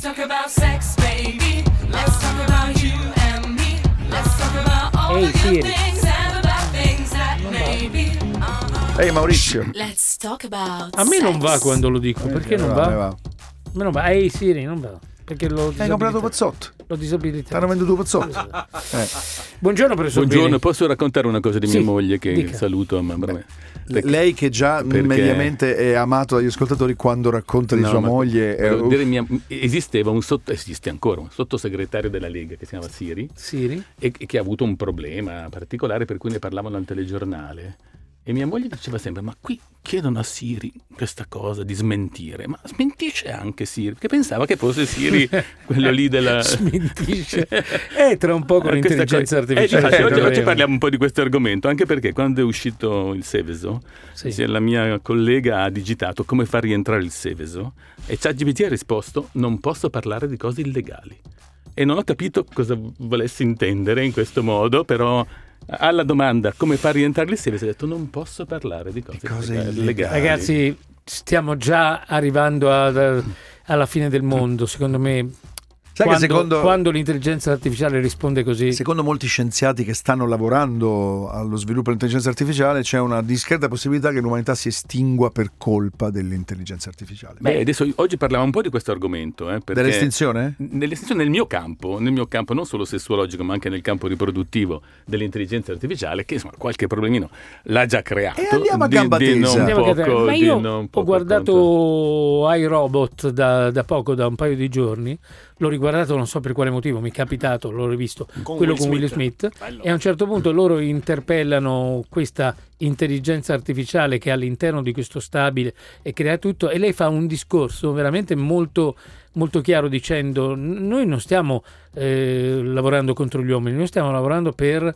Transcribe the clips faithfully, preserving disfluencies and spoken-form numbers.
talk about sex, baby. Let's talk about you and me. Let's talk about all Ehi, the Siri. good things and the bad things that maybe. Ehi Maurizio. Let's talk about A me non sex. va quando lo dico, perché non va? va? A me non va. Ehi Siri, non va. Perché l'ho Hai comprato disabilitato. Pozzotto. L'ho disabilitato. Ti hanno venduto Pozzotto. Eh. Buongiorno professor Buongiorno, Bini. posso raccontare una cosa di mia Sì, moglie che dica. saluto? Ma veramente- perché- Lei che già perché- mediamente è amato dagli ascoltatori quando racconta di No, sua ma moglie. è- volevo dire mia- esisteva un sotto, esiste ancora un sottosegretario della Lega che si chiama Siri Siri? e, e che ha avuto un problema particolare per cui ne parlavano al telegiornale. E mia moglie diceva sempre: ma qui chiedono a Siri questa cosa di smentire, ma smentisce anche Siri, perché pensava che fosse Siri quello lì della Smentisce. Eh, tra un po' con Eh, questa l'intelligenza cosa- artificiale. Eh, difatti, oggi, dovremo. oggi parliamo un po' di questo argomento, anche perché quando è uscito il Seveso, Sì. sì, la mia collega ha digitato come far rientrare il Seveso e ChatGPT ha risposto: non posso parlare di cose illegali. E non ho capito cosa volessi intendere in questo modo, però alla domanda come far rientrare il Seveso ha detto: non posso parlare di cose, Di cose illegali. illegali. Ragazzi, stiamo già arrivando ad- alla fine del mondo, secondo me. Sai Quando, che secondo, quando l'intelligenza artificiale risponde così, secondo molti scienziati che stanno lavorando allo sviluppo dell'intelligenza artificiale c'è una discreta possibilità che l'umanità si estingua per colpa dell'intelligenza artificiale. Beh, adesso oggi parliamo un po' di questo argomento, eh, perché Dell'estinzione? Nell'estinzione nel mio campo, nel mio campo non solo sessuologico, ma anche nel campo riproduttivo dell'intelligenza artificiale, che insomma qualche problemino l'ha già creato. E andiamo a di- gamba di tesa. non Andiamo a poco- capire. Ma di io non ho poco guardato iRobot da, da poco, da un paio di giorni, l'ho riguardato non so per quale motivo, mi è capitato, l'ho rivisto, Con quello Will con Will Smith. Smith, Bello. e a un certo punto loro interpellano questa intelligenza artificiale che è all'interno di questo stabile e crea tutto, e lei fa un discorso veramente molto, molto chiaro dicendo: noi non stiamo eh, lavorando contro gli uomini, noi stiamo lavorando per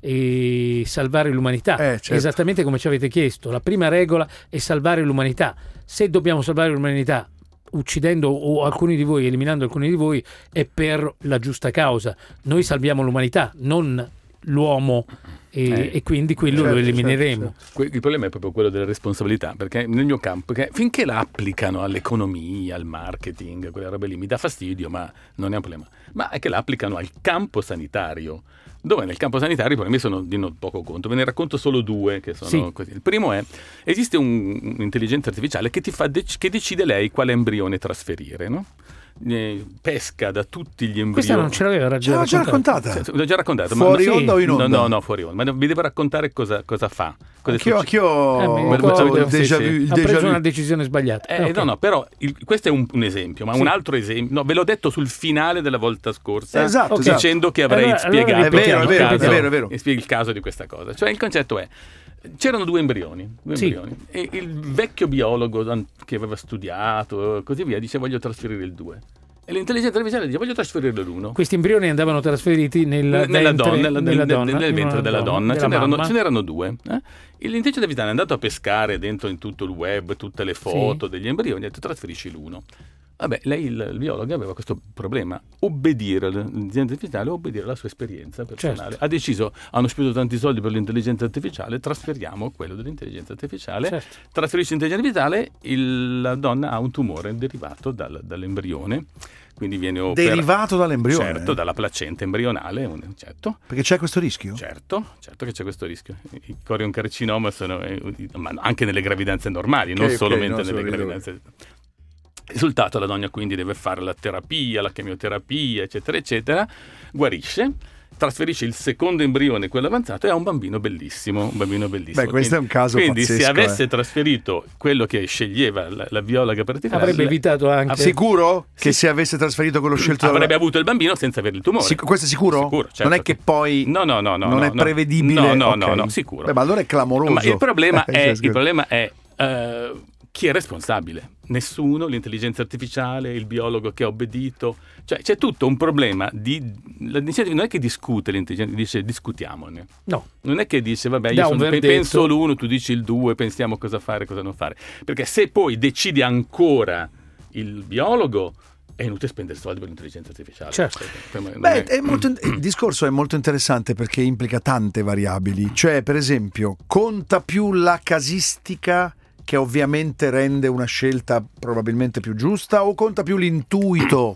eh, salvare l'umanità, Eh, certo. esattamente come ci avete chiesto. La prima regola è salvare l'umanità. Se dobbiamo salvare l'umanità uccidendo o alcuni di voi, eliminando alcuni di voi, è per la giusta causa. Noi salviamo l'umanità, non l'uomo, e, Eh, e quindi quello certo, lo elimineremo. certo, Que- Il problema è proprio quello della responsabilità, perché nel mio campo, perché finché la applicano all'economia, al marketing, quelle robe lì, mi dà fastidio, ma non è un problema. Ma è che la applicano al campo sanitario, dove nel campo sanitario i problemi sono di non poco conto. Ve ne racconto solo due che sono Sì. così. Il primo è: esiste un- un'intelligenza artificiale che ti fa dec- che decide lei quale embrione trasferire, no? Eh, pesca da tutti gli embrioni. Questa non ce l'aveva Ce l'ho già raccontata. Sì, L'ho già raccontato. Fuori ma, ma- onda o in onda? No, no, no, fuori onda. Ma vi devo raccontare cosa, cosa fa. Cosa Anch'io, succede. anch'io Eh, mi ho ricordo, avuto il sì, déjà sì. vu. il Ha déjà preso vu. una decisione sbagliata. Eh, Ok. No, no, però il- questo è un, un esempio, ma Sì. un altro esempio, no, ve l'ho detto sul finale della volta scorsa, Esatto, Ok. esatto. dicendo che avrei Allora- allora spiegato È vero, è il vero, caso, è vero, è vero. e spiego il caso di questa cosa. Cioè il concetto è: c'erano due embrioni, due Sì. embrioni e il vecchio biologo an- che aveva studiato e così via dice: voglio trasferire il due. E l'intelligenza artificiale dice: voglio trasferire l'uno. Questi embrioni andavano trasferiti nel nella ventre, donna, nella- nella nel, donna, nel in ventre una della donna, ce della n'erano, mamma. ce n'erano due. Eh? L'intelligenza artificiale è andato a pescare dentro in tutto il web tutte le foto degli embrioni e ha detto: trasferisci l'uno. Vabbè, lei, il, il biologo, aveva questo problema: obbedire all'intelligenza artificiale, obbedire alla sua esperienza personale. Certo. Ha deciso: hanno speso tanti soldi per l'intelligenza artificiale, trasferiamo quello dell'intelligenza artificiale. Certo. Trasferisce l'intelligenza artificiale, il- la donna ha un tumore derivato dal- dall'embrione. Quindi viene operato. Derivato dall'embrione. Certo, dalla placenta embrionale, un- certo. Perché c'è questo rischio? Certo, certo che c'è questo rischio. I corioncarcinoma sono eh, ma anche nelle gravidanze normali, non Ok, ok, solamente no, nelle solo gravidanze. Risultato: la donna quindi deve fare la terapia, la chemioterapia, eccetera, eccetera, guarisce, trasferisce il secondo embrione, quello avanzato, e ha un bambino bellissimo, un bambino bellissimo. Beh, questo è un caso Quindi pazzesco, se avesse eh. trasferito quello che sceglieva la, la biologa particolare, Avrebbe evitato anche. Sicuro che Sì. se avesse trasferito quello scelto dalla- avrebbe avuto il bambino senza avere il tumore. Sic- questo è sicuro? Sicuro, certo. Non è che poi No, no, no, no, non no, è no. prevedibile? No, no, Ok. no, no, sicuro. Beh, ma allora è clamoroso. Ma il problema è, Cioè, il problema è eh, chi è responsabile? Nessuno, l'intelligenza artificiale, il biologo che ha obbedito. Cioè c'è tutto un problema di... l'iniziativa non è che discute l'intelligenza, dice discutiamone. No. Non è che dice vabbè Dà io un sono, pe- verdetto. penso l'uno, tu dici il due, pensiamo cosa fare, cosa non fare. Perché se poi decidi ancora il biologo, è inutile spendere soldi per l'intelligenza artificiale. Certo. Per me non Beh, è- è molto in- il discorso è molto interessante perché implica tante variabili. Cioè, per esempio, conta più la casistica, che ovviamente rende una scelta probabilmente più giusta, o conta più l'intuito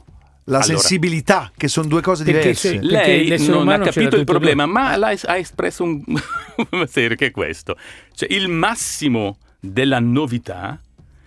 la Allora, sensibilità, che sono due cose Perché diverse. se- lei l'essere non ha umano c'era capito il tutto problema, quello- ma l'ha, ha espresso un una serie che è questo. Cioè, il massimo della novità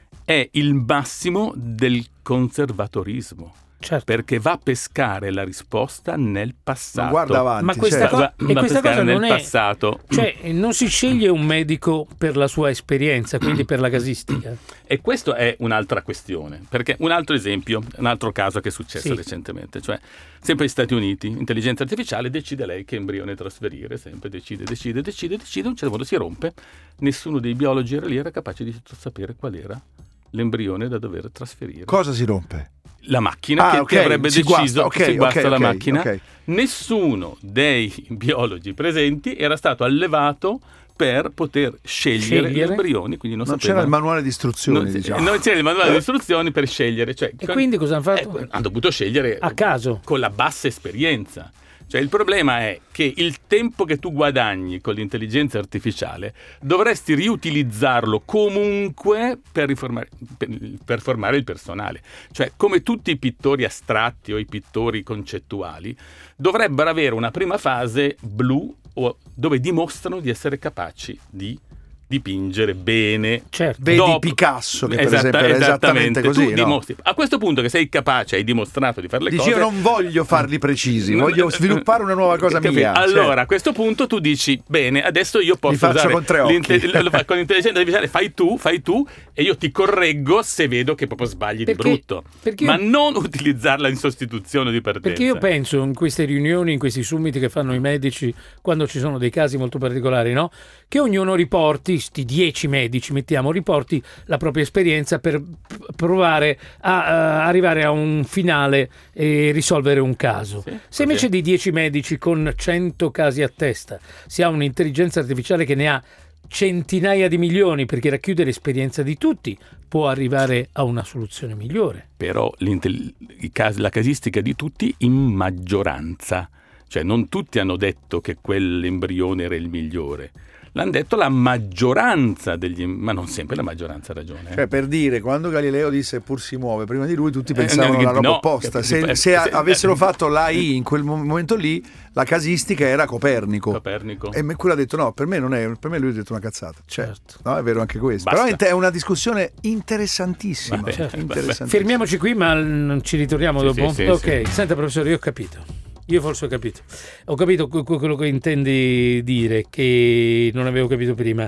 è il massimo del conservatorismo. Certo. Perché va a pescare la risposta nel passato. Ma guarda avanti, Ma questa certo. cosa- Va- e va a questa pescare cosa nel non è- passato. Cioè, non si sceglie un medico per la sua esperienza, quindi per la casistica. E questo è un'altra questione, perché un altro esempio, un altro caso che è successo Sì. recentemente, cioè sempre negli Stati Uniti, intelligenza artificiale, decide lei che embrione trasferire, sempre decide, decide, decide, decide, a un certo punto si rompe, nessuno dei biologi era lì, era capace di sapere qual era l'embrione da dover trasferire. Cosa si rompe? La macchina Ah, che, ok, che avrebbe si deciso, guasta, ok, si guasta ok, la ok, macchina, ok. nessuno dei biologi presenti era stato allevato per poter scegliere, Scegliere? gli embrioni, quindi non, Non sapeva- c'era il manuale di istruzioni, non, diciamo. non c'era il manuale di istruzioni per scegliere. Cioè, E quindi cosa hanno fatto? eh, hanno dovuto scegliere A caso. con la bassa esperienza. Cioè, il problema è che il tempo che tu guadagni con l'intelligenza artificiale dovresti riutilizzarlo comunque per, riformare, per, per formare il personale. Cioè, come tutti i pittori astratti o i pittori concettuali, dovrebbero avere una prima fase blu o dove dimostrano di essere capaci di dipingere bene. Certo. Vedi Dopo- Picasso, che per Esatta- esempio era esattamente così, Tu no? dimostri. A questo punto che sei capace, hai dimostrato di fare le Dici, cose. io non voglio farli precisi, Non- voglio sviluppare una nuova cosa Capito? mia. Allora, Cioè, a questo punto tu dici, bene, adesso io posso Li faccio usare con tre occhi. l'inte- lo fa- con l'intelligenza artificiale, fai tu, fai tu, e io ti correggo se vedo che proprio sbagli Perché- di brutto. perché Ma io- non utilizzarla in sostituzione di partenza. Perché io penso in queste riunioni, in questi summiti che fanno i medici quando ci sono dei casi molto particolari, no? Che ognuno riporti, sti dieci medici, mettiamo, riporti la propria esperienza per p- provare a, a arrivare a un finale e risolvere un caso. Sì, Se così invece è. di dieci medici con cento casi a testa si ha un'intelligenza artificiale che ne ha centinaia di milioni, perché racchiude l'esperienza di tutti, può arrivare a una soluzione migliore. Però l'intel- i casi- la casistica di tutti in maggioranza. Cioè non tutti hanno detto che quell'embrione era il migliore. L'hanno detto la maggioranza degli... ma non sempre la maggioranza ha ragione. eh. cioè, per dire, quando Galileo disse eppur si muove, prima di lui tutti Eh, pensavano no, alla roba no, opposta. capito, Se, eh, se se- avessero eh, fatto l'A I in quel mo- momento lì, la casistica era Copernico. Copernico. E me- quello ha detto no, per me non è, per me lui ha detto una cazzata. Certo, Certo. no, è vero anche questo. Basta. Però è una discussione interessantissima. Vabbè, cioè, vabbè. interessantissima. Fermiamoci qui, ma non ci ritorniamo Sì, dopo? sì, sì, ok, sì. senta professore, io ho capito. Io forse ho capito. Ho capito que- que- quello che intendi dire, che non avevo capito prima.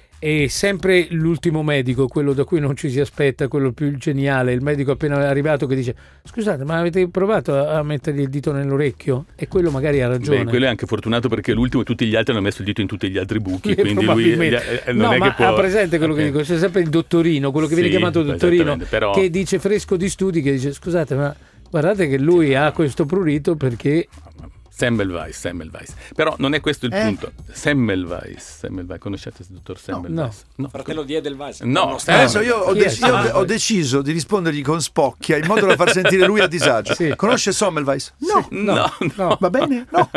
È sempre l'ultimo medico, quello da cui non ci si aspetta, quello più geniale, il medico appena arrivato che dice: scusate, ma avete provato a, a mettergli il dito nell'orecchio? E quello magari ha ragione. Beh, quello è anche fortunato perché è l'ultimo e tutti gli altri hanno messo il dito in tutti gli altri buchi, Eh, quindi lui probabilmente. eh, non no, è ma che può... ha presente quello Ok. che dico? C'è sempre il dottorino, quello che viene Sì, chiamato dottorino, esattamente, però- che dice fresco di studi, che dice: scusate, ma guardate che lui ha questo prurito perché... Semmelweis, Semmelweis. Però non è questo il Eh? punto. Semmelweis, Semmelweis, conoscete il dottor Semmelweis? No. Fratello di Edelweiss. No, Adesso io, ho, Chi è? dec- io Ah. ho deciso di rispondergli con spocchia in modo da far sentire lui a disagio. Sì. Conosce Sommelweis? No. No, no, No. Va bene? No.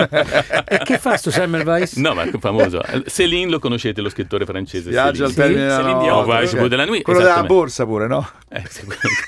E che fa sto Semmelweis? no, ma è famoso. Céline lo conoscete, lo scrittore francese. Viaggio al Céline. termine della Céline notte. Dion. Oh, vai, Ok. ci vuole della nuit, Quello della esattamente. borsa pure, no? Eh, sì,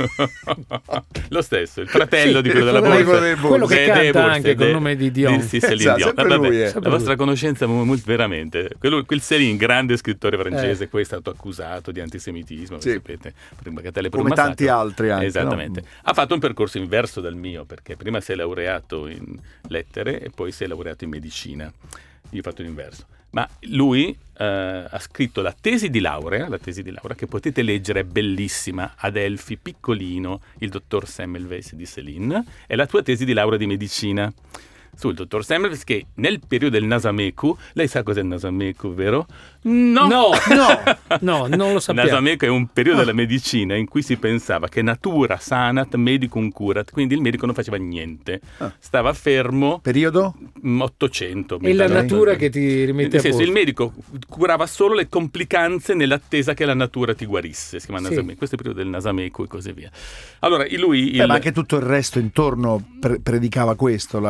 quello- lo stesso, il fratello Sì, di quello della il fratello borsa. del borsa. Quello che Ed canta Ebours, anche ed col è- nome di Dion. Sì, sì, Céline Esatto, Dion. sempre Eh, vabbè, lui, eh. La Sempre vostra lui. conoscenza è molto veramente. Quello- quel Céline, grande scrittore francese, Eh. poi è stato accusato di antisemitismo, Sì. sapete, per bagatelle, per Come un tanti massacro. altri anche, Esattamente. no? Ha fatto un percorso inverso dal mio, perché prima si è laureato in lettere e poi si è laureato in medicina. Io ho fatto l'inverso. Ma lui eh, ha scritto la tesi di laurea, la tesi di laurea che potete leggere, è bellissima, ad Elfi, piccolino, il dottor Semmelweis di Céline, è la tua tesi di laurea di medicina. Sul dottor Semmelweis che nel periodo del Nasameku, lei sa cos'è il Nasameku, vero? No! No, no, no, non lo sappiamo. Nasameku è un periodo della medicina in cui si pensava che natura sanat medicum curat, quindi il medico non faceva niente, Ah. stava fermo. Periodo? mm, ottocento. È la metà- natura che ti rimette Nel a senso, posto. il medico curava solo le complicanze nell'attesa che la natura ti guarisse. Si chiama Sì. Nasameku. Questo è il periodo del Nasameku e così via. Allora, lui... Beh, il- ma anche tutto il resto intorno pre- predicava questo, la, il naturalismo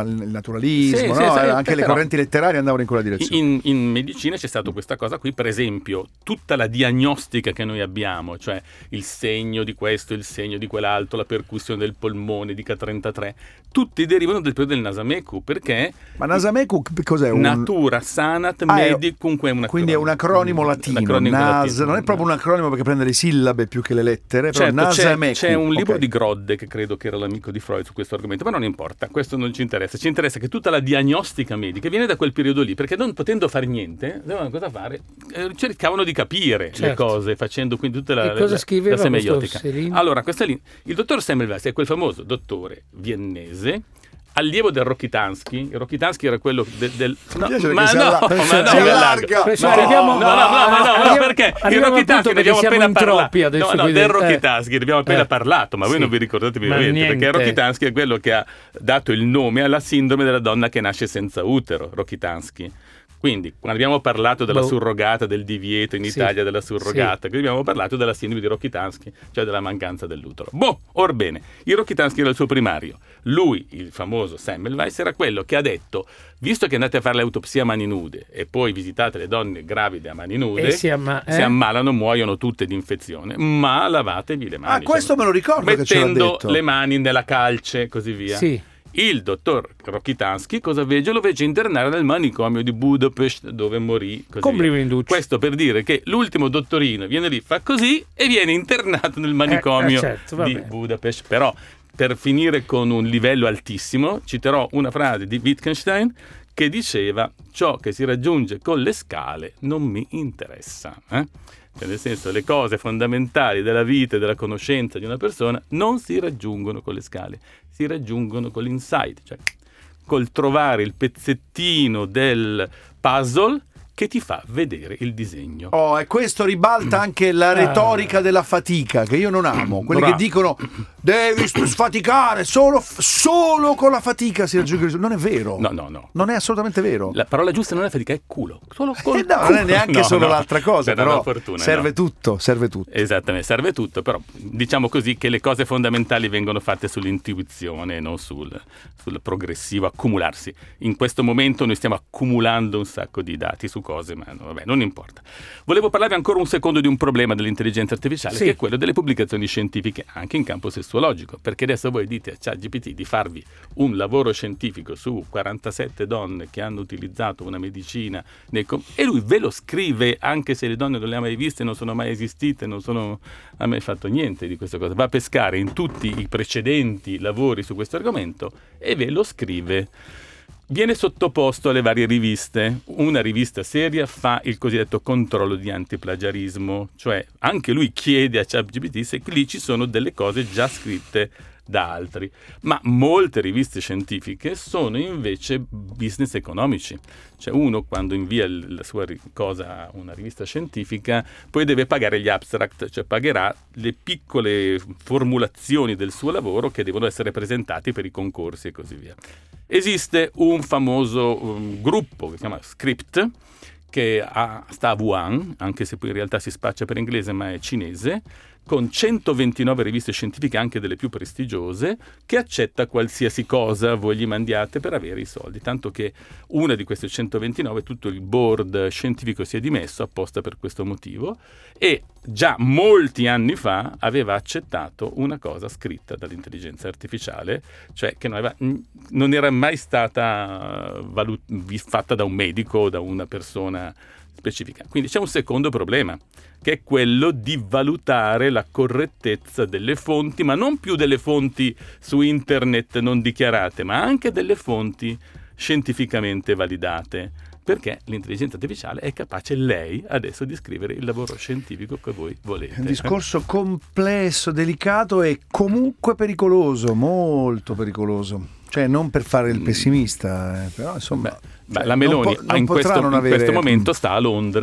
naturalismo, Sì, no? sì, sì, Anche le però- correnti letterarie andavano in quella direzione. In, in medicina c'è stata questa cosa qui, per esempio, tutta la diagnostica che noi abbiamo, cioè il segno di questo, il segno di quell'altro, la percussione del polmone di K trentatré, tutti derivano del periodo del Nasameku, perché Ma Nasameku cos'è? Un... Natura Sanat Ah, è- Medicum, è un Quindi è un acronimo un latino, acronimo Nas, latino. non è proprio un acronimo perché prende le sillabe più che le lettere, però Certo, c'è, Nasameku. c'è un libro ok. di Grodde che credo che era l'amico di Freud su questo argomento, ma non importa, questo non ci interessa. Ci interessa che tutta la diagnostica medica viene da quel periodo lì, perché non potendo fare niente, avevano cosa fare? Eh, cercavano di capire le Certo. cose, facendo quindi tutta la, E cosa la- scriveva la semeiotica. questo Serino? Allora, questa lì, il dottor Semmelweis è quel famoso dottore viennese, allievo del Rokitansky. Il Rokitansky era quello del... del no, piace perché ma si no, alla- ma no, si mi allargo. allarga. Questo No, arriviamo- no, no, no, no, no, no, arriviamo- perché il arriviamo al punto Rokitansky ne perché abbiamo siamo appena in troppi parlato. adesso, No, no, quindi- del eh. Rokitansky ne abbiamo appena Eh. parlato, ma voi Sì. non vi ricordate Ma minimamente, perché niente. Rokitansky è quello che ha dato il nome alla sindrome della donna che nasce senza utero, Rokitansky. Quindi, quando abbiamo parlato della Boh. surrogata, del divieto in Sì. Italia della surrogata, quindi abbiamo parlato della sindrome di Rokitansky, cioè della mancanza dell'utero. Boh, orbene, il Rokitansky era il suo primario. Lui, il famoso Semmelweis, era quello che ha detto, visto che andate a fare l'autopsia a mani nude e poi visitate le donne gravide a mani nude, E si amma- eh? si ammalano, muoiono tutte di infezione, ma lavatevi le mani. Ah, questo me lo ricordo che ce l'ha mettendo detto. le mani nella calce e così via. Sì. Il dottor Rokitansky cosa fece? Lo fece internare nel manicomio di Budapest, dove morì. Così Complimenti. via. Questo per dire che l'ultimo dottorino viene lì, fa così e viene internato nel manicomio Eh, eh, certo, va di bene. Budapest. Però, per finire con un livello altissimo, citerò una frase di Wittgenstein che diceva: ciò che si raggiunge con le scale non mi interessa. Eh? Cioè, nel senso, le cose fondamentali della vita e della conoscenza di una persona non si raggiungono con le scale, si raggiungono con l'insight, cioè col trovare il pezzettino del puzzle che ti fa vedere il disegno. Oh, e questo ribalta anche la retorica della fatica, che io non amo. Quelli Bravo. che dicono devi sfaticare, solo, solo con la fatica si raggiunge il risultato. Non è vero. No, no, no. Non è assolutamente vero. La parola giusta non è fatica, è culo. Solo col Eh no, non è culo. neanche No, solo no. l'altra cosa, Per però la fortuna, serve no. tutto, serve tutto. Esattamente, serve tutto, però diciamo così che le cose fondamentali vengono fatte sull'intuizione e non sul, sul progressivo accumularsi. In questo momento noi stiamo accumulando un sacco di dati su cose, ma no, vabbè, non importa. Volevo parlarvi ancora un secondo di un problema dell'intelligenza artificiale, Sì. che è quello delle pubblicazioni scientifiche anche in campo sessuologico, perché adesso voi dite a ChatGPT di farvi un lavoro scientifico su quarantasette donne che hanno utilizzato una medicina nei com- e lui ve lo scrive, anche se le donne non le ha mai viste, non sono mai esistite, non sono ha mai fatto niente di questa cosa, va a pescare in tutti i precedenti lavori su questo argomento e ve lo scrive. Viene sottoposto alle varie riviste. Una rivista seria fa il cosiddetto controllo di antiplagiarismo, cioè anche lui chiede a ChatGPT se lì ci sono delle cose già scritte da altri. Ma molte riviste scientifiche sono invece business economici. Cioè uno quando invia il- la sua ri- cosa a una rivista scientifica poi deve pagare gli abstract, cioè pagherà le piccole formulazioni del suo lavoro che devono essere presentati per i concorsi e così via. Esiste un famoso um, gruppo che si chiama Script, che ha, sta a Wuhan, anche se poi in realtà si spaccia per inglese ma è cinese, con centoventinove riviste scientifiche, anche delle più prestigiose, che accetta qualsiasi cosa voi gli mandiate per avere i soldi, tanto che una di queste centoventinove, tutto il board scientifico si è dimesso apposta per questo motivo, e già molti anni fa aveva accettato una cosa scritta dall'intelligenza artificiale, cioè che non, aveva, non era mai stata valut- fatta da un medico o da una persona specifica. Quindi c'è un secondo problema, che è quello di valutare la correttezza delle fonti, ma non più delle fonti su internet non dichiarate, ma anche delle fonti scientificamente validate, perché l'intelligenza artificiale è capace lei adesso di scrivere il lavoro scientifico che voi volete. È un discorso complesso, delicato e comunque pericoloso, molto pericoloso. Cioè non per fare il pessimista, eh, però insomma... Beh, cioè, la Meloni non po- non in, potrà questo, non in avere- questo momento sta a Londra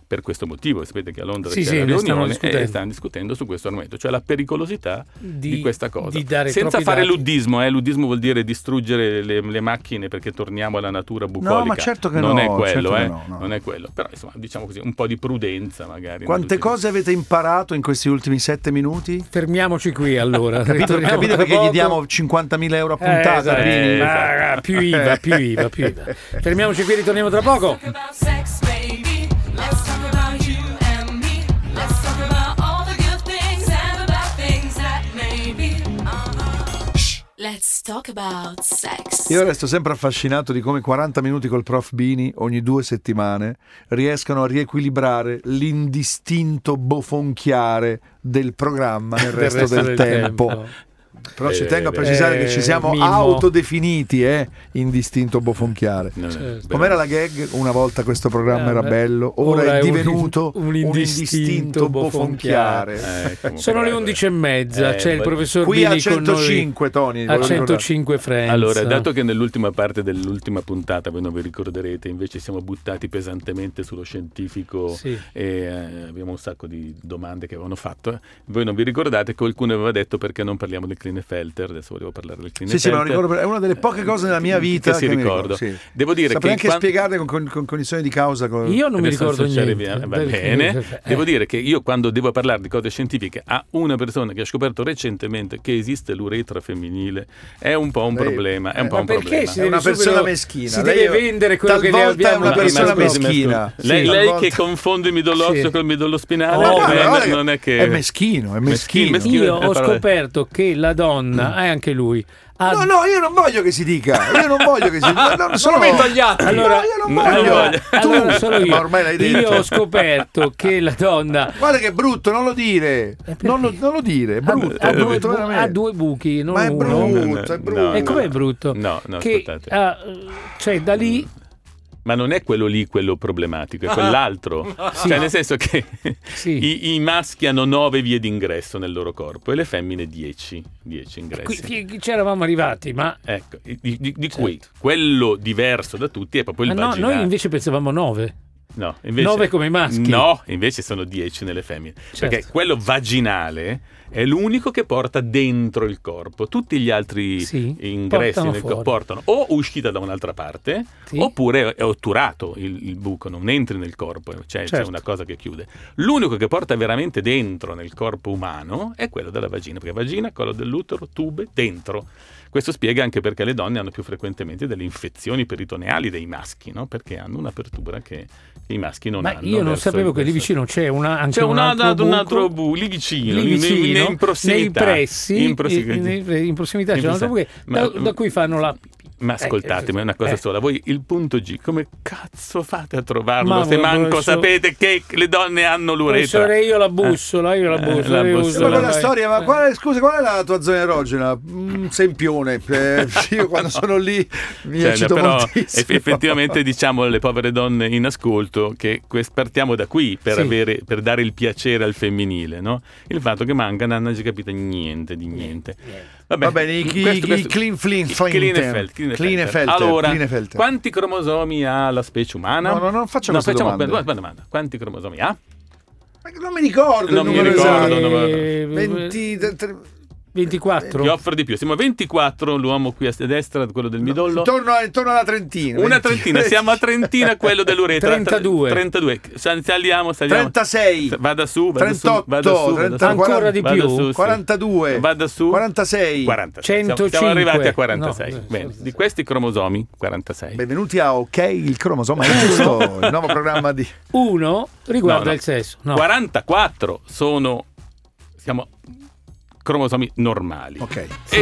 per questo motivo. Sapete che a Londra Sì, c'è sì, la ne stanno riunione discutendo. e stanno discutendo su questo argomento, cioè la pericolosità di, Di- questa cosa. di dare Senza troppi fare dati. luddismo, eh. luddismo vuol dire distruggere le, le macchine perché torniamo alla natura bucolica. No, ma certo che non no, è quello, certo che eh. no, no. non è quello. Però insomma, diciamo così, un po' di prudenza magari. Quante nell'utilizzo. cose avete imparato in questi ultimi sette minuti? Fermiamoci qui allora. Capito, Ritorniamo capite tra perché gli poco. diamo cinquantamila euro a Eh, puntata? esatto. Bini? Ah, ah, più I V A, più I V A, più I V A. Fermiamoci qui, ritorniamo tra poco. Talk about sex, baby. Let's talk about you and me. Let's talk about all the good things and the bad things that may be. Uh-huh. Shh. Let's talk about sex. Io resto sempre affascinato di come quaranta minuti col prof Bini ogni due settimane riescano a riequilibrare l'indistinto bofonchiare del programma nel Del resto, del, tempo. Però ci Eh, tengo a eh, precisare eh, che ci siamo Mimmo. autodefiniti eh, indistinto bofonchiare. Non è Certo. vero. Com'era la gag? Una volta questo programma Eh, era beh, bello, ora, ora è è un- divenuto un un indistinto indistinto bofonchiare. bofonchiare. Eh, comunque, Sono le bravo. undici e mezza, Eh, c'è il ma- professor Qui a Bini con noi centocinque, Tony. a volevo ricordare. centocinque Friends. Allora, dato che nell'ultima parte dell'ultima puntata, voi non vi ricorderete, invece siamo buttati pesantemente sullo scientifico Sì. e eh, abbiamo un sacco di domande che avevano fatto. eh. Voi non vi ricordate che qualcuno aveva detto perché non parliamo del Klinefelter, adesso volevo parlare del Klinefelter. Sì, sì, me lo ricordo, è una delle poche cose nella mia vita che si che mi ricordo. sì. Devo dire Saprei che anche quan- spiegare con, con, con cognizione di causa. con- Io non mi Adesso ricordo ci arrivi- niente. Va perché- bene. eh. Devo dire che io quando devo parlare di cose scientifiche a una persona che ha scoperto recentemente che esiste l'uretra femminile è un po' un Lei- problema. È un eh, po' Ma un perché problema. si È deve una persona subito- meschina. Si Lei deve è- vendere quello che ne talvolta abbiamo. è una Ma- persona ma scusi, meschina. Lei, Sì, lei talvolta- che confonde il midollo osseo Sì. col midollo spinale, Oh, beh, guarda, guarda che non è che è meschino, è meschino. meschino. Io Eh, ho però- scoperto che la donna, e anche lui, ha No, no, io non voglio che si dica. Io non voglio che si dica. No, Sono metto agli atti. Allora, No, io non no, voglio. allora, voglio. allora Tu. solo io. Ma ormai l'hai detto. Io ho scoperto che la donna Guarda che è brutto, non lo dire. perché? Non lo, non lo dire, è ha, brutto. ha è due, brutto bu- veramente. ha due buchi, non Ma è uno. brutto, No, no, è no, brutto. E com'è brutto? No, no, che aspettate. ha, cioè da lì Ma non è quello lì quello problematico, è quell'altro. Cioè, nel senso che Sì. i, i maschi hanno nove vie d'ingresso nel loro corpo e le femmine dieci. dieci ingressi. qui, qui ci eravamo arrivati, ma Ecco, di, di- di Certo. cui quello diverso da tutti è proprio il ah, no, vaginale. noi invece pensavamo nove. No, invece, nove come i maschi. No, invece sono dieci nelle femmine. Certo. Perché quello vaginale è l'unico che porta dentro il corpo. Tutti gli altri Sì, ingressi portano nel corpo fuori. portano o uscita da un'altra parte, Sì. oppure è otturato il, il buco, non entri nel corpo, cioè c'è Certo. una cosa che chiude. L'unico che porta veramente dentro nel corpo umano è quello della vagina, perché vagina, collo dell'utero, tube, dentro. Questo spiega anche perché le donne hanno più frequentemente delle infezioni peritoneali dei maschi, no? Perché hanno un'apertura che i maschi non Ma hanno. io non verso sapevo il che lì verso- vicino c'è una, anche c'è un, un altro, altro, un buco, altro bu, lì vicino, lì in- vicino, in, in prossimità, nei pressi, in prossimità. in, nei- in prossimità In c'è un altro buco prossimità. da, Ma- da cui fanno la pipì. Ma Eh, ascoltatemi, è una cosa eh. sola. Voi il punto G, come cazzo fate a trovarlo Ma se guarda, manco professor- sapete che le donne hanno l'uretra? Professore, io la bussola, io la Eh, bussola, la io bussola. uso Ma la- quella storia, ma eh. qual è, scusa, qual è la tua zona erogena? Mm, Sempione. Eh, io quando sono lì mi Cioè, eccito però moltissimo. eff- effettivamente diciamo alle povere donne in ascolto che quest- partiamo da qui per, Sì. avere, per dare il piacere al femminile, no? Il fatto che manca non hanno già capito niente di niente. Vabbè, Va bene, i- i- questo- i questo- Clean Flint- i- Flinter. Klinefelter, Klinefelter. Klinefelter, Allora, Klinefelter. quanti cromosomi ha la specie umana? No, no, non faccio queste facciamo domande. una domanda. Quanti cromosomi ha? Ma non mi ricordo Non il mi numero ricordo, esatto. non mi- Eh, venti, tre- ventiquattro. Ti offro di più. Siamo ventiquattro, l'uomo qui a destra, quello del midollo. intorno, a- intorno alla trentina. Una venti. trentina, siamo a trentina, quello dell'uretra. trentadue. trentadue. Saliamo, saliamo. trentasei. Vada su, vada su, trentotto, vada su, vada trenta, su. Ancora di Vada più. su, sì. quarantadue. Vada su. quarantasei. quarantasei. centocinque. Siamo arrivati a quarantasei. No, Bene, sì. di questi cromosomi, quarantasei. Benvenuti a Ok, il cromosoma è giusto, il nuovo programma di... Uno riguarda No, no. il sesso. No. quarantaquattro sono siamo cromosomi normali. Ok. E,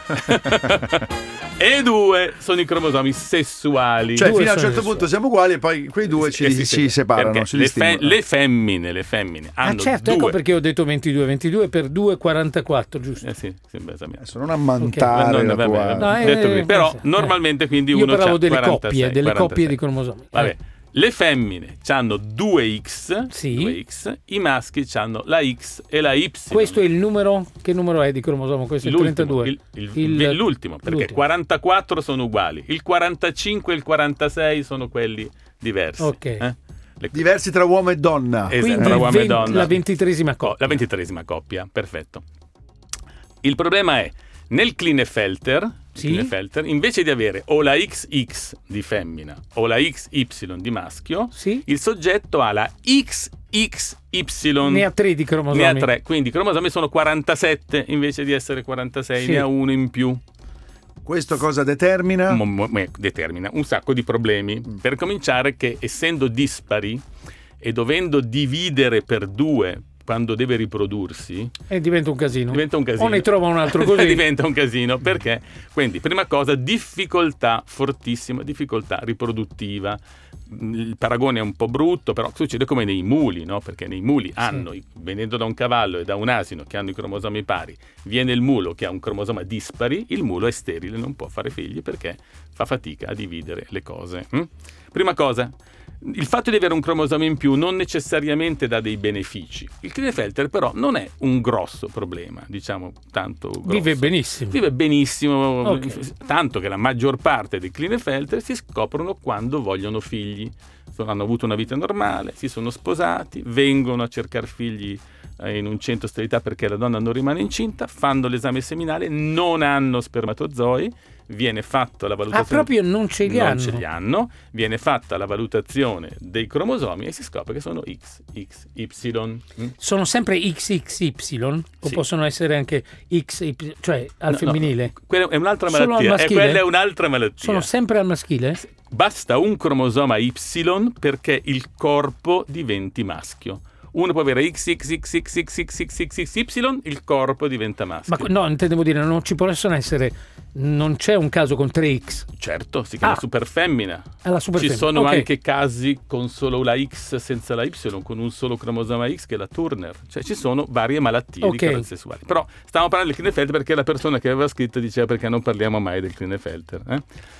e due sono i cromosomi sessuali. Cioè, Due fino a un sono certo i suoi. punto siamo uguali e poi quei due ci, Eh sì, ci sì, separano, perché ci le, fe- distinguono. le femmine, le femmine Ah hanno certo, due. ecco perché ho detto ventidue, ventidue per due, quarantaquattro, giusto? Eh sì, sì, beh, sappiamo. Adesso non ammantare Ma non- la vabbè, tua... vabbè. No, eh, Detto così. eh, Però eh. normalmente quindi Io uno parlavo c'ha delle quarantasei, coppie, delle quarantasei. coppie di cromosomi. Vabbè, Eh. le femmine hanno due X, Sì. due X, i maschi hanno la X e la Y. Questo è il numero, che numero è di cromosomo? Questo è il L'ultimo, trentadue. il- il- Il- l'ultimo, perché l'ultimo. quarantaquattro sono uguali, il quarantacinque e il quarantasei sono quelli diversi. Ok. eh? Le... Diversi tra uomo e donna. Esatto, Quindi tra uomo ven- e donna. la ventitreesima coppia. La ventitreesima coppia, perfetto. Il problema è, nel Klinefelter, Sì? Klinefelter, invece di avere o la X X di femmina o la X Y di maschio, Sì? il soggetto ha la X X Y. Ne ha tre di cromosomi. Ne ha tre, quindi i cromosomi sono quarantasette invece di essere quarantasei, Sì. ne ha uno in più. Questo cosa determina? Mo- mo- determina un sacco di problemi. Per cominciare, che essendo dispari e dovendo dividere per due quando deve riprodursi, E diventa un casino. diventa un casino. O ne trova un altro così. Diventa un casino, perché? Quindi, prima cosa, difficoltà fortissima, difficoltà riproduttiva. Il paragone è un po' brutto, però succede come nei muli, no? Perché nei muli hanno, venendo da un cavallo e da un asino che hanno i cromosomi pari, viene il mulo che ha un cromosoma dispari, il mulo è sterile, non può fare figli perché fa fatica a dividere le cose. hm? Prima cosa, il fatto di avere un cromosoma in più non necessariamente dà dei benefici. Il Klinefelter però non è un grosso problema, diciamo tanto grosso. Vive benissimo. Vive benissimo, Ok. tanto che la maggior parte dei Klinefelter si scoprono quando vogliono figli. Sono- hanno avuto una vita normale, si sono sposati, vengono a cercare figli eh, in un centro sterilità perché la donna non rimane incinta, fanno l'esame seminale, non hanno spermatozoi, viene fatta la Ah, valutazione. proprio non ce li non hanno. ce li hanno, viene fatta la valutazione dei cromosomi e si scopre che sono X X Y. Mm? Sono sempre X X Y o Sì. possono essere anche X Y, cioè al No, femminile? no, quella è un'altra Solo al malattia. E maschile? quella è un'altra malattia. Sono sempre al maschile? Basta un cromosoma Y perché il corpo diventi maschio. Uno può avere X X X X X X X X X Y, il corpo diventa maschio. Ma no, intendevo dire, non ci possono essere, non c'è un caso con tre X. Certo, si chiama Ah. superfemmina. È la super Ci femmina. sono Ok. anche casi con solo la X senza la Y, con un solo cromosoma X che è la Turner. Cioè ci sono varie malattie Ok. di carattere sessuale. Però stiamo parlando del Klinefelter perché la persona che aveva scritto diceva perché non parliamo mai del Klinefelter. Eh?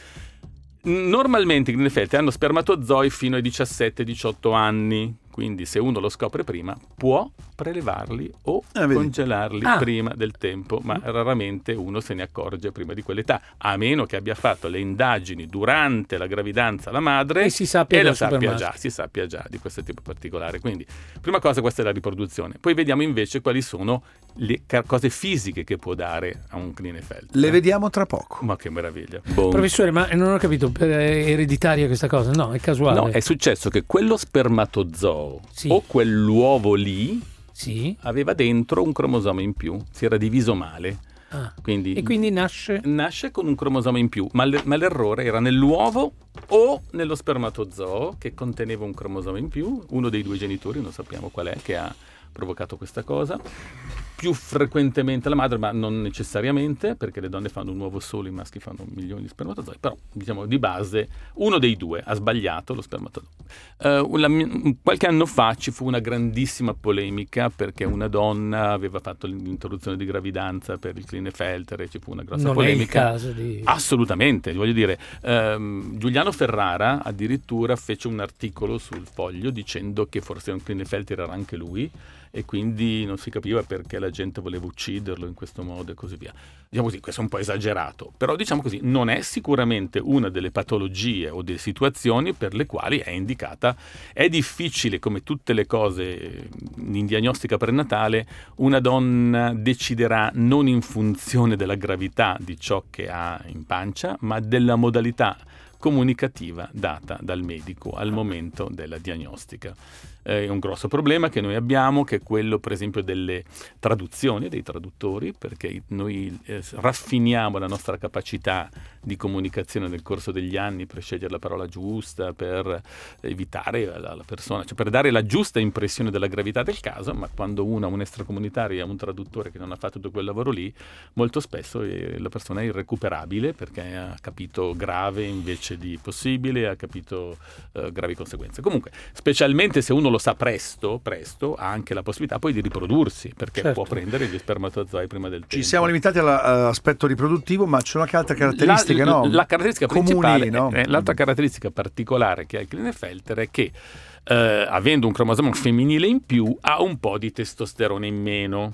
Normalmente i Klinefelter hanno spermatozoi fino ai diciassette diciotto anni, quindi se uno lo scopre prima può prelevarli o Ah, vedi. congelarli Ah. prima del tempo, ma raramente uno se ne accorge prima di quell'età, a meno che abbia fatto le indagini durante la gravidanza alla madre E si sappia e che lo è sappia supermaschio. già, si sappia già di questo tipo particolare. Quindi, prima cosa, questa è la riproduzione. Poi vediamo invece quali sono le ca- cose fisiche che può dare a un Klinefelter. Le vediamo tra poco. Ma che meraviglia. Boom. Professore, ma non ho capito, per- è ereditaria questa cosa? No, è casuale. No, è successo che quello spermatozoo Sì. o quell'uovo lì Sì. aveva dentro un cromosoma in più, si era diviso male. Ah. Quindi, E quindi nasce... nasce con un cromosoma in più, ma, le- ma l'errore era nell'uovo o nello spermatozoo che conteneva un cromosoma in più, uno dei due genitori, non sappiamo qual è, che ha provocato questa cosa. Più frequentemente la madre, ma non necessariamente, perché le donne fanno un uovo solo, i maschi fanno milioni di spermatozoi, però diciamo di base uno dei due ha sbagliato lo spermatozoo. Eh, la mi- qualche anno fa ci fu una grandissima polemica perché una donna aveva fatto l'interruzione di gravidanza per il Klinefelter e ci fu una grossa Non è il polemica. caso di... Assolutamente, voglio dire, ehm, Giuliano Ferrara addirittura fece un articolo sul Foglio dicendo che forse un Klinefelter era anche lui e quindi non si capiva perché la gente voleva ucciderlo in questo modo e così via. Diciamo così, questo è un po' esagerato, però diciamo così, non è sicuramente una delle patologie o delle situazioni per le quali è indicata. È difficile, come tutte le cose in diagnostica prenatale, una donna deciderà non in funzione della gravità di ciò che ha in pancia, ma della modalità comunicativa data dal medico al momento della diagnostica. È un grosso problema che noi abbiamo, che è quello per esempio delle traduzioni, dei traduttori, perché noi eh, raffiniamo la nostra capacità di comunicazione nel corso degli anni per scegliere la parola giusta, per evitare la, la persona, cioè per dare la giusta impressione della gravità del caso, ma quando uno ha un extracomunitario e ha un traduttore che non ha fatto tutto quel lavoro lì, molto spesso eh, la persona è irrecuperabile perché ha capito grave invece di possibile, ha capito eh, gravi conseguenze. Comunque, specialmente se uno lo sa presto, presto, ha anche la possibilità poi di riprodursi, perché Certo. può prendere gli spermatozoi prima del tempo. Ci siamo limitati all'aspetto riproduttivo, ma c'è anche altre caratteristiche, la, no? La caratteristica Comuni, principale, no? eh, l'altra caratteristica particolare che ha il Klinefelter è che eh, avendo un cromosoma femminile in più ha un po' di testosterone in meno.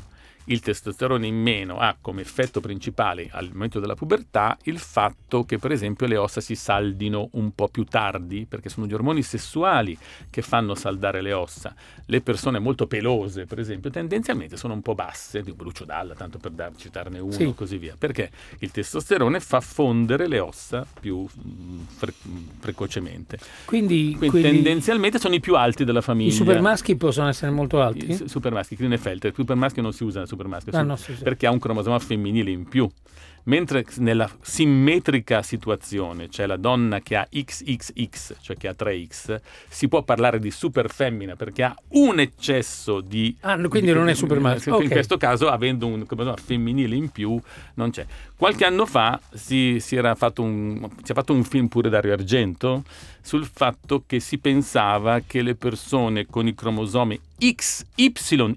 il testosterone in meno ha come effetto principale al momento della pubertà il fatto che per esempio le ossa si saldino un po' più tardi, perché sono gli ormoni sessuali che fanno saldare le ossa. Le persone molto pelose, per esempio, tendenzialmente sono un po' basse, tipo Lucio Dalla, tanto per dar, citarne uno, sì. così via, perché il testosterone fa fondere le ossa più fre- precocemente. Quindi, Quindi quelli, tendenzialmente sono i più alti della famiglia. i supermaschi possono essere molto alti? I supermaschi, Klinefelter, il supermaschio non si usa il supermaschio, Ah, no, sì, sì. perché ha un cromosoma femminile in più. Mentre nella simmetrica situazione, cioè la donna che ha X X X, cioè che ha tre X, si può parlare di super femmina perché ha un eccesso di... Ah, quindi di, non è di, supermaschio. In Okay. questo caso, avendo un cromosoma femminile in più, non c'è. Qualche anno fa si, si era fatto un, si è fatto un film pure Dario Argento sul fatto che si pensava che le persone con i cromosomi X Y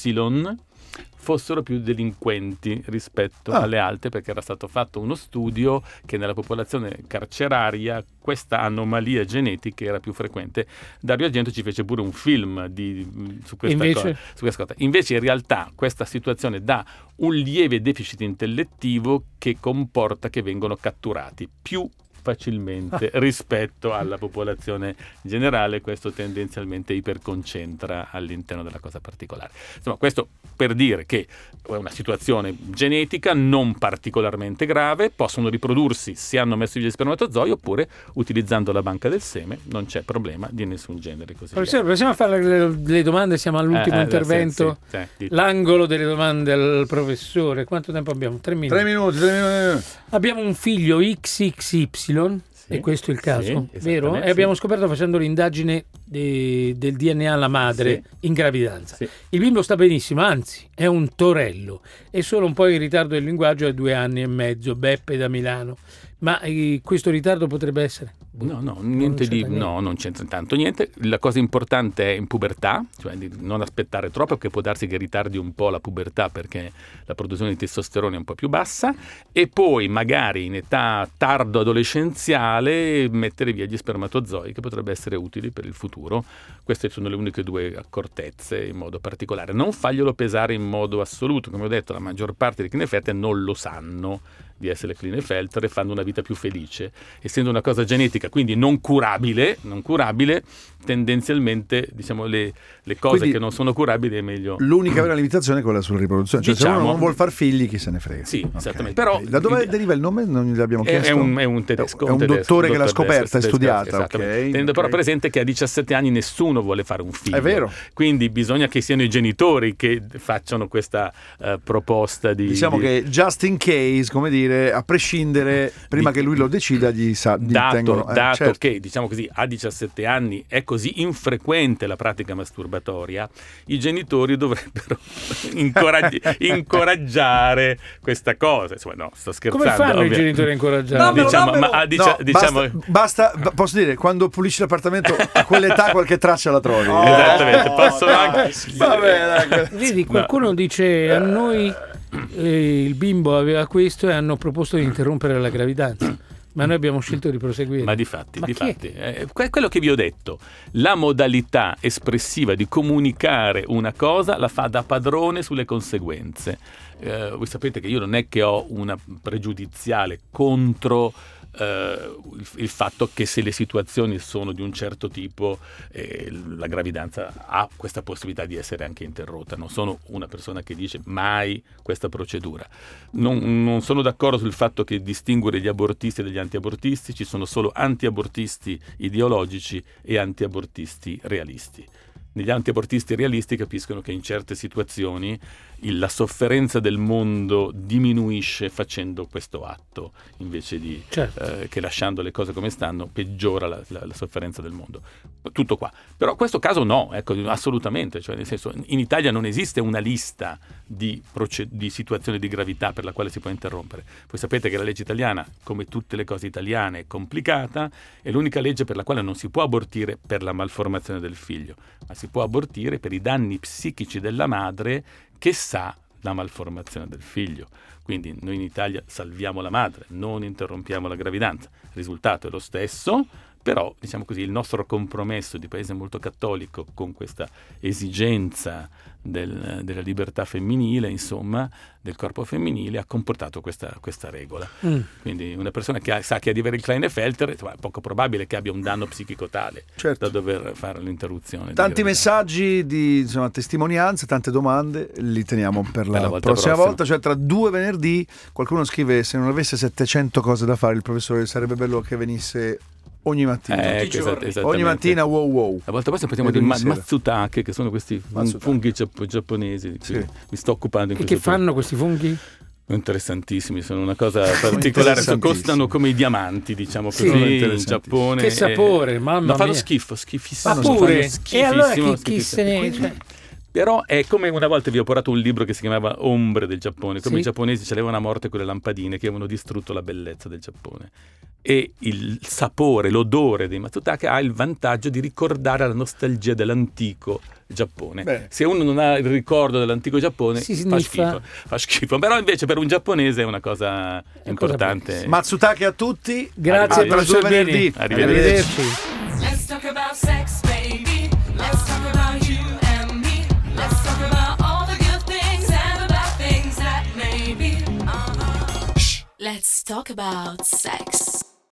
Y fossero più delinquenti rispetto ah. alle altre, perché era stato fatto uno studio che nella popolazione carceraria questa anomalia genetica era più frequente. Dario Argento ci fece pure un film di, su, questa Invece? cosa, su questa cosa. Invece in realtà questa situazione dà un lieve deficit intellettivo che comporta che vengono catturati più facilmente ah. rispetto alla popolazione generale. Questo tendenzialmente iperconcentra all'interno della cosa particolare. Insomma, questo per dire che è una situazione genetica non particolarmente grave, possono riprodursi se hanno messo gli spermatozoi oppure utilizzando la banca del seme, non c'è problema di nessun genere. Così Professore, possiamo fare le, le domande? Siamo all'ultimo Eh, eh, intervento. sì, sì, sì. L'angolo delle domande al professore. Quanto tempo abbiamo? Tre minuti. Tre minuti, tre minuti. Abbiamo un figlio X X Y, Sì, e questo è il caso, sì, vero? esattamente, E abbiamo sì. scoperto facendo l'indagine de- del D N A alla madre Sì. in gravidanza. Sì. Il bimbo sta benissimo, anzi è un torello, è solo un po' in ritardo del linguaggio, ha due anni e mezzo, Beppe da Milano. Ma eh, questo ritardo potrebbe essere? No, no, niente di, c'entra niente. no, non c'entra tanto niente. La cosa importante è in pubertà, cioè di non aspettare troppo, perché può darsi che ritardi un po' la pubertà perché la produzione di testosterone è un po' più bassa, e poi magari in età tardo adolescenziale mettere via gli spermatozoi, che potrebbe essere utili per il futuro. Queste sono le uniche due accortezze in modo particolare. Non farglielo pesare in modo assoluto, come ho detto, la maggior parte dei Klinefelter non lo sanno di essere Klinefelter e fanno una vita più felice, essendo una cosa genetica, quindi non curabile, non curabile, tendenzialmente diciamo le, le cose Quindi che non sono curabili è meglio. L'unica vera limitazione è quella sulla riproduzione, cioè Diciamo- se uno non vuol far figli chi se ne frega. Sì, Ok. esattamente. Però da dove il- deriva il nome? Non gli abbiamo È, chiesto. è un, è un tedesco. È un tedesco, dottore che l'ha dottor scoperta, tedesco, è studiata, esattamente. ok, Tenendo però ok. presente che a diciassette anni nessuno vuole fare un figlio. È vero. Quindi bisogna che siano i genitori che facciano questa eh, proposta di... Diciamo di- che just in case, come dire, a prescindere, prima Di- che lui lo decida, gli, sa, gli dato, tengono... eh, dato certo. che diciamo così a diciassette anni è così infrequente la pratica masturbatoria, i genitori dovrebbero incoraggi- incoraggiare questa cosa. Insomma, no, sto scherzando. Come fanno i ovvia- genitori a incoraggiare? Dammelo, Diciamo, dammelo. ma a dicia- No, diciamo basta, basta, b- posso dire, quando pulisci l'appartamento a quell'età qualche traccia la trovi. Oh. Esattamente, possono anche Vabbè, dai. Vedi, qualcuno dice a noi eh, il bimbo aveva questo e hanno proposto di interrompere la gravidanza, ma noi abbiamo scelto di proseguire. Ma di fatti, Ma di chi è? fatti. Eh, que- quello che vi ho detto, la modalità espressiva di comunicare una cosa la fa da padrone sulle conseguenze. Eh, voi sapete che io non è che ho una pregiudiziale contro eh, il, il fatto che se le situazioni sono di un certo tipo eh, la gravidanza ha questa possibilità di essere anche interrotta. Non sono una persona che dice mai questa procedura. Non, non sono d'accordo sul fatto che distinguere gli abortisti dagli antiabortisti. Ci sono solo antiabortisti ideologici e antiabortisti realisti. Negli antiabortisti realisti capiscono che in certe situazioni il- la sofferenza del mondo diminuisce facendo questo atto, invece di Certo. eh, che lasciando le cose come stanno peggiora la, la- la sofferenza del mondo. Tutto qua. Però in questo caso no, ecco, assolutamente. Cioè, nel senso, in Italia non esiste una lista di, proce- di situazioni di gravità per la quale si può interrompere. Voi sapete che la legge italiana, come tutte le cose italiane, è complicata, è l'unica legge per la quale non si può abortire per la malformazione del figlio, ma si può abortire per i danni psichici della madre che sa la malformazione del figlio. Quindi noi in Italia salviamo la madre, non interrompiamo la gravidanza. Il risultato è lo stesso, Però, diciamo così, il nostro compromesso di paese molto cattolico con questa esigenza del, della libertà femminile, insomma, del corpo femminile, ha comportato questa, questa regola. Mm. Quindi una persona che ha, sa che ha di avere il Klinefelter, è poco probabile che abbia un danno psichico tale certo. da dover fare l'interruzione. Tanti messaggi di insomma, testimonianze, tante domande, li teniamo per la, per la volta prossima, prossima volta, cioè tra due venerdì. Qualcuno scrive: se non avesse settecento cose da fare il professore sarebbe bello che venisse ogni mattina, eh, esat- ogni mattina wow wow. La volta prossima parliamo di ma- matsutake, che sono questi matsutake. funghi giapp- giapponesi di cui sì. mi sto occupando in e che fanno tempo. Questi funghi? Interessantissimi, sono una cosa particolare, costano come i diamanti, diciamo così, sì, in Giappone. Che sapore, e... mamma ma fanno mia. schifo, schifissimo. Ma pure, e allora chi, chi se ne... Quindi, cioè... Però è come una volta vi ho portato un libro che si chiamava Ombre del Giappone, come sì. i giapponesi ce l'avevano a morte con le lampadine che avevano distrutto la bellezza del Giappone. E il sapore, l'odore dei matsutake ha il vantaggio di ricordare la nostalgia dell'antico Giappone. Beh. Se uno non ha il ricordo dell'antico Giappone si fa schifo, fa schifo, però invece per un giapponese è una cosa è importante. Cosa matsutake a tutti. Grazie, professor venerdì. Arrivederci. Let's talk about sex, baby. Let's talk about you and me. Let's talk about all the good things and the bad things that may be. Uh-huh. Let's talk about sex.